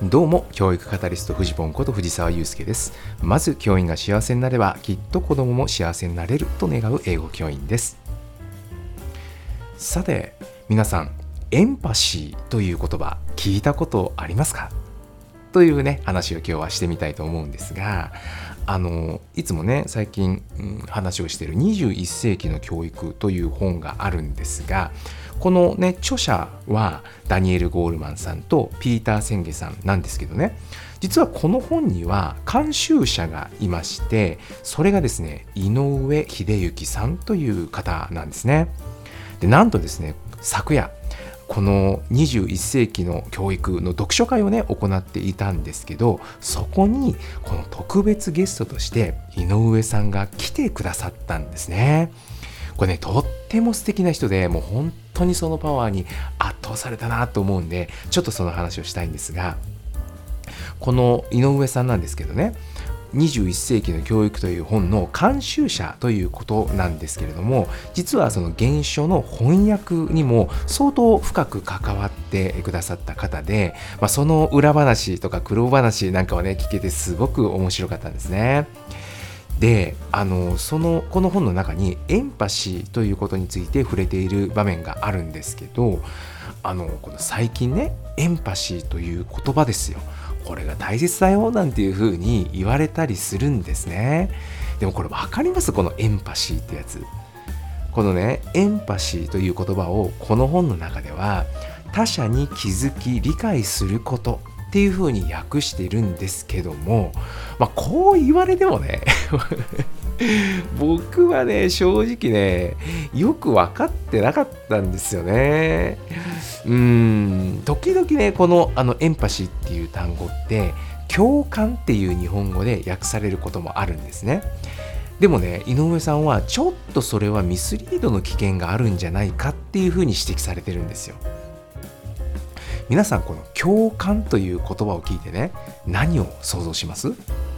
どうも、教育カタリストフジポンこと藤沢祐介です。まず教員が幸せになればきっと子供も幸せになれると願う英語教員です。さて皆さん、エンパシーという言葉聞いたことありますかというね話を今日はしてみたいと思うんですが、いつもね最近、話をしている21世紀の教育という本があるんですが、このね著者はダニエル・ゴールマンさんとピーター・センゲさんなんですけどね、実はこの本には監修者がいまして、それがですね井上秀幸さんという方なんですね。でなんとですね、昨夜この21世紀の教育の読書会をね行っていたんですけど、そこにこの特別ゲストとして井上さんが来てくださったんですね。これね、とっても素敵な人で、もう本当にそのパワーに圧倒されたなと思うんで、ちょっとその話をしたいんですが、この井上さんなんですけどね、21世紀の教育という本の監修者ということなんですけれども、実はその原書の翻訳にも相当深く関わってくださった方で、その裏話とか苦労話なんかはね聞けてすごく面白かったんですね。で、この本の中にエンパシーということについて触れている場面があるんですけど、この最近ねエンパシーという言葉ですよ、これが大切だよなんていう風に言われたりするんですね。でもこれ分かります？このエンパシーってやつ。このねエンパシーという言葉をこの本の中では他者に気づき理解することっていう風に訳しているんですけども、こう言われてもね僕はね正直ねよく分かってなかったんですよね。時々ねこのエンパシーっていう単語って共感っていう日本語で訳されることもあるんですね。でもね井上さんはちょっとそれはミスリードの危険があるんじゃないかっていうふうに指摘されてるんですよ。皆さん、この共感という言葉を聞いてね何を想像します？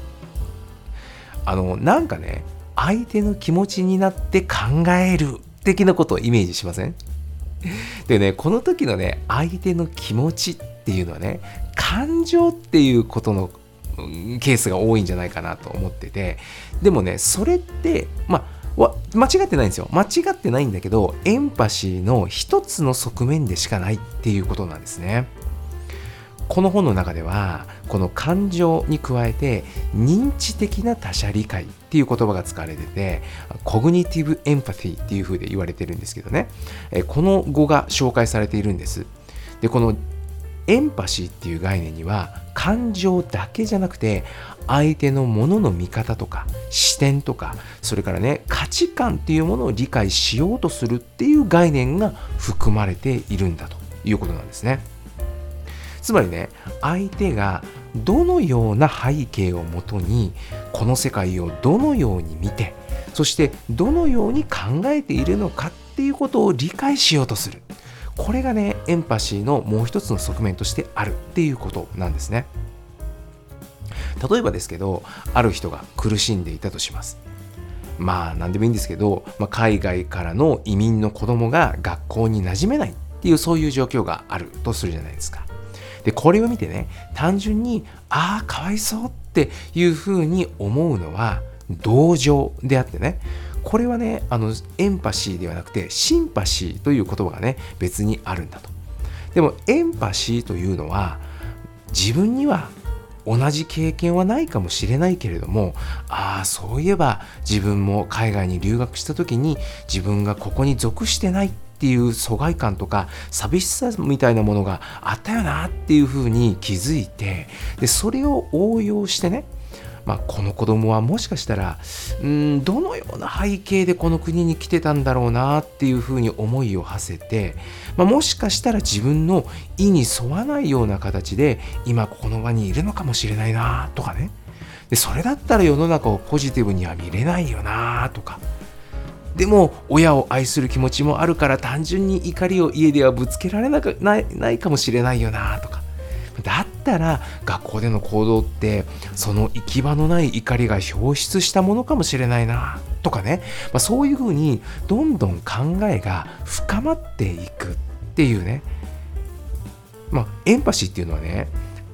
なんかね相手の気持ちになって考える的なことをイメージしません？でね、この時のね相手の気持ちっていうのはね感情っていうことのケースが多いんじゃないかなと思ってて、でもねそれって間違ってないんですよ。間違ってないんだけど、エンパシーの一つの側面でしかないっていうことなんですね。この本の中ではこの感情に加えて認知的な他者理解っていう言葉が使われてて、コグニティブエンパティっていう風で言われてるんですけどね、この語が紹介されているんです。でこのエンパシーっていう概念には感情だけじゃなくて相手のものの見方とか視点とか、それからね価値観っていうものを理解しようとするっていう概念が含まれているんだということなんですね。つまりね、相手がどのような背景をもとにこの世界をどのように見て、そしてどのように考えているのかっていうことを理解しようとする、これがねエンパシーのもう一つの側面としてあるっていうことなんですね。例えばですけど、ある人が苦しんでいたとします。何でもいいんですけど、海外からの移民の子供が学校に馴染めないっていうそういう状況があるとするじゃないですか。でこれを見てね単純にかわいそうっていうふうに思うのは同情であってね、これはねエンパシーではなくてシンパシーという言葉がね別にあるんだと。でもエンパシーというのは自分には同じ経験はないかもしれないけれども、そういえば自分も海外に留学した時に自分がここに属してないっていう疎外感とか寂しさみたいなものがあったよなっていうふうに気づいて、でそれを応用してね、この子供はもしかしたらどのような背景でこの国に来てたんだろうなっていうふうに思いを馳せて、もしかしたら自分の意に沿わないような形で今この場にいるのかもしれないなとかね、でそれだったら世の中をポジティブには見れないよなとか、でも親を愛する気持ちもあるから単純に怒りを家ではぶつけられないかもしれないよなとか、だったら学校での行動ってその行き場のない怒りが表出したものかもしれないなとかね、そういうふうにどんどん考えが深まっていくっていうね、エンパシーっていうのはね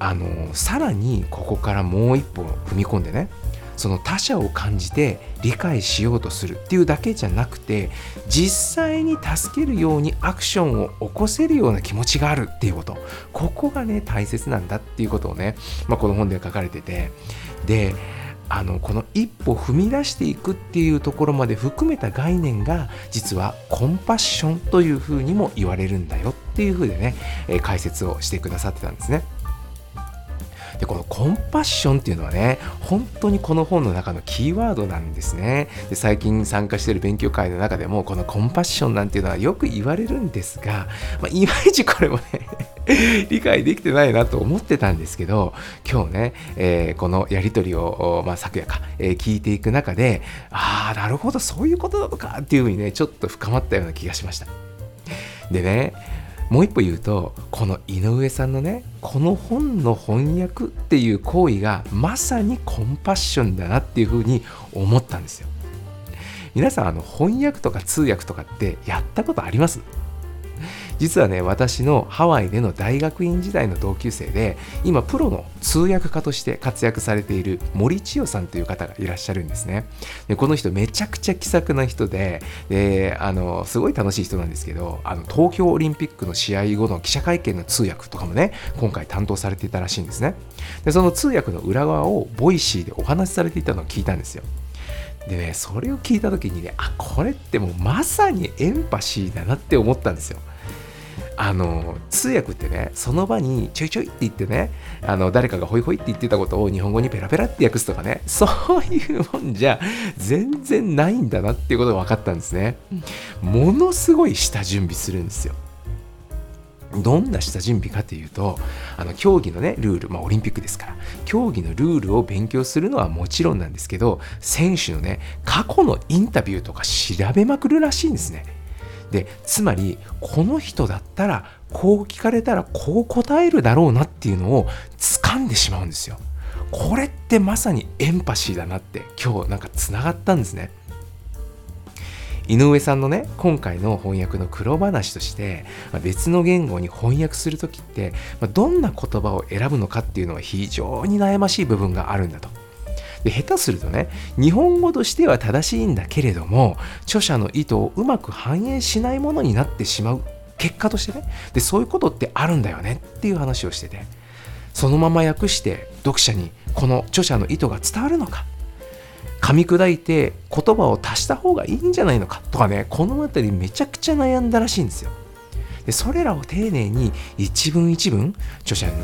さらにここからもう一歩踏み込んでね、その他者を感じて理解しようとするっていうだけじゃなくて、実際に助けるようにアクションを起こせるような気持ちがあるっていうこと、ここがね大切なんだっていうことをね、この本で書かれてて、でこの一歩踏み出していくっていうところまで含めた概念が実はコンパッションというふうにも言われるんだよっていうふうでね、解説をしてくださってたんですね。でこのコンパッションっていうのはね、本当にこの本の中のキーワードなんですね。で最近参加している勉強会の中でもこのコンパッションなんていうのはよく言われるんですが、いまいちこれもね理解できてないなと思ってたんですけど、今日ね、このやり取りを、昨夜か、聞いていく中で、なるほどそういうことなのかっていうふうにね、ちょっと深まったような気がしました。でね、もう一歩言うと、この井上さんのね、この本の翻訳っていう行為がまさにコンパッションだなっていうふうに思ったんですよ。皆さん翻訳とか通訳とかってやったことあります？実はね、私のハワイでの大学院時代の同級生で、今プロの通訳家として活躍されている森千代さんという方がいらっしゃるんですね。でこの人めちゃくちゃ気さくな人ですごい楽しい人なんですけど、東京オリンピックの試合後の記者会見の通訳とかもね、今回担当されていたらしいんですね。でその通訳の裏側をボイシーでお話しされていたのを聞いたんですよ。でね、それを聞いた時にね、これってもうまさにエンパシーだなって思ったんですよ。通訳ってね、その場にちょいちょいって言ってね、誰かがホイホイって言ってたことを日本語にペラペラって訳すとかね、そういうもんじゃ全然ないんだなっていうことが分かったんですね。ものすごい下準備するんですよ。どんな下準備かというと、競技のねルール、オリンピックですから、競技のルールを勉強するのはもちろんなんですけど、選手のね過去のインタビューとか調べまくるらしいんですね。でつまりこの人だったらこう聞かれたらこう答えるだろうなっていうのを掴んでしまうんですよ。これってまさにエンパシーだなって今日なんかつながったんですね。井上さんのね今回の翻訳の黒話として、別の言語に翻訳するときって、どんな言葉を選ぶのかっていうのは非常に悩ましい部分があるんだと。で下手するとね、日本語としては正しいんだけれども、著者の意図をうまく反映しないものになってしまう結果としてね、でそういうことってあるんだよねっていう話をしてて、そのまま訳して読者にこの著者の意図が伝わるのか、噛み砕いて言葉を足した方がいいんじゃないのかとかね、このあたりめちゃくちゃ悩んだらしいんですよ。でそれらを丁寧に一文一文著者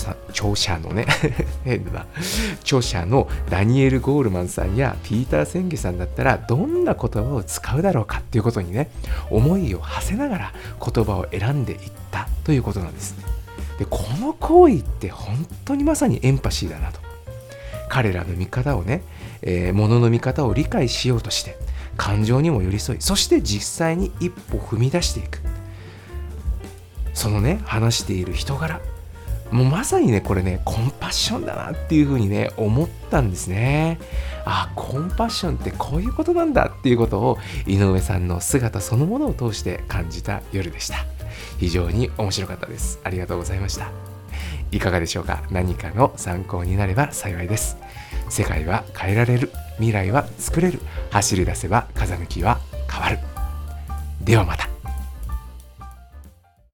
のダニエル・ゴールマンさんやピーター・センゲさんだったらどんな言葉を使うだろうかっていうことにね、思いを馳せながら言葉を選んでいったということなんです。でこの行為って本当にまさにエンパシーだなと。彼らの見方をね、物の見方を理解しようとして感情にも寄り添い、そして実際に一歩踏み出していく。そのね話している人柄、もうまさにねこれねコンパッションだなっていう風にね思ったんですね。コンパッションってこういうことなんだっていうことを井上さんの姿そのものを通して感じた夜でした。非常に面白かったです。ありがとうございました。いかがでしょうか。何かの参考になれば幸いです。世界は変えられる、未来は作れる、走り出せば風向きは変わる。ではまた。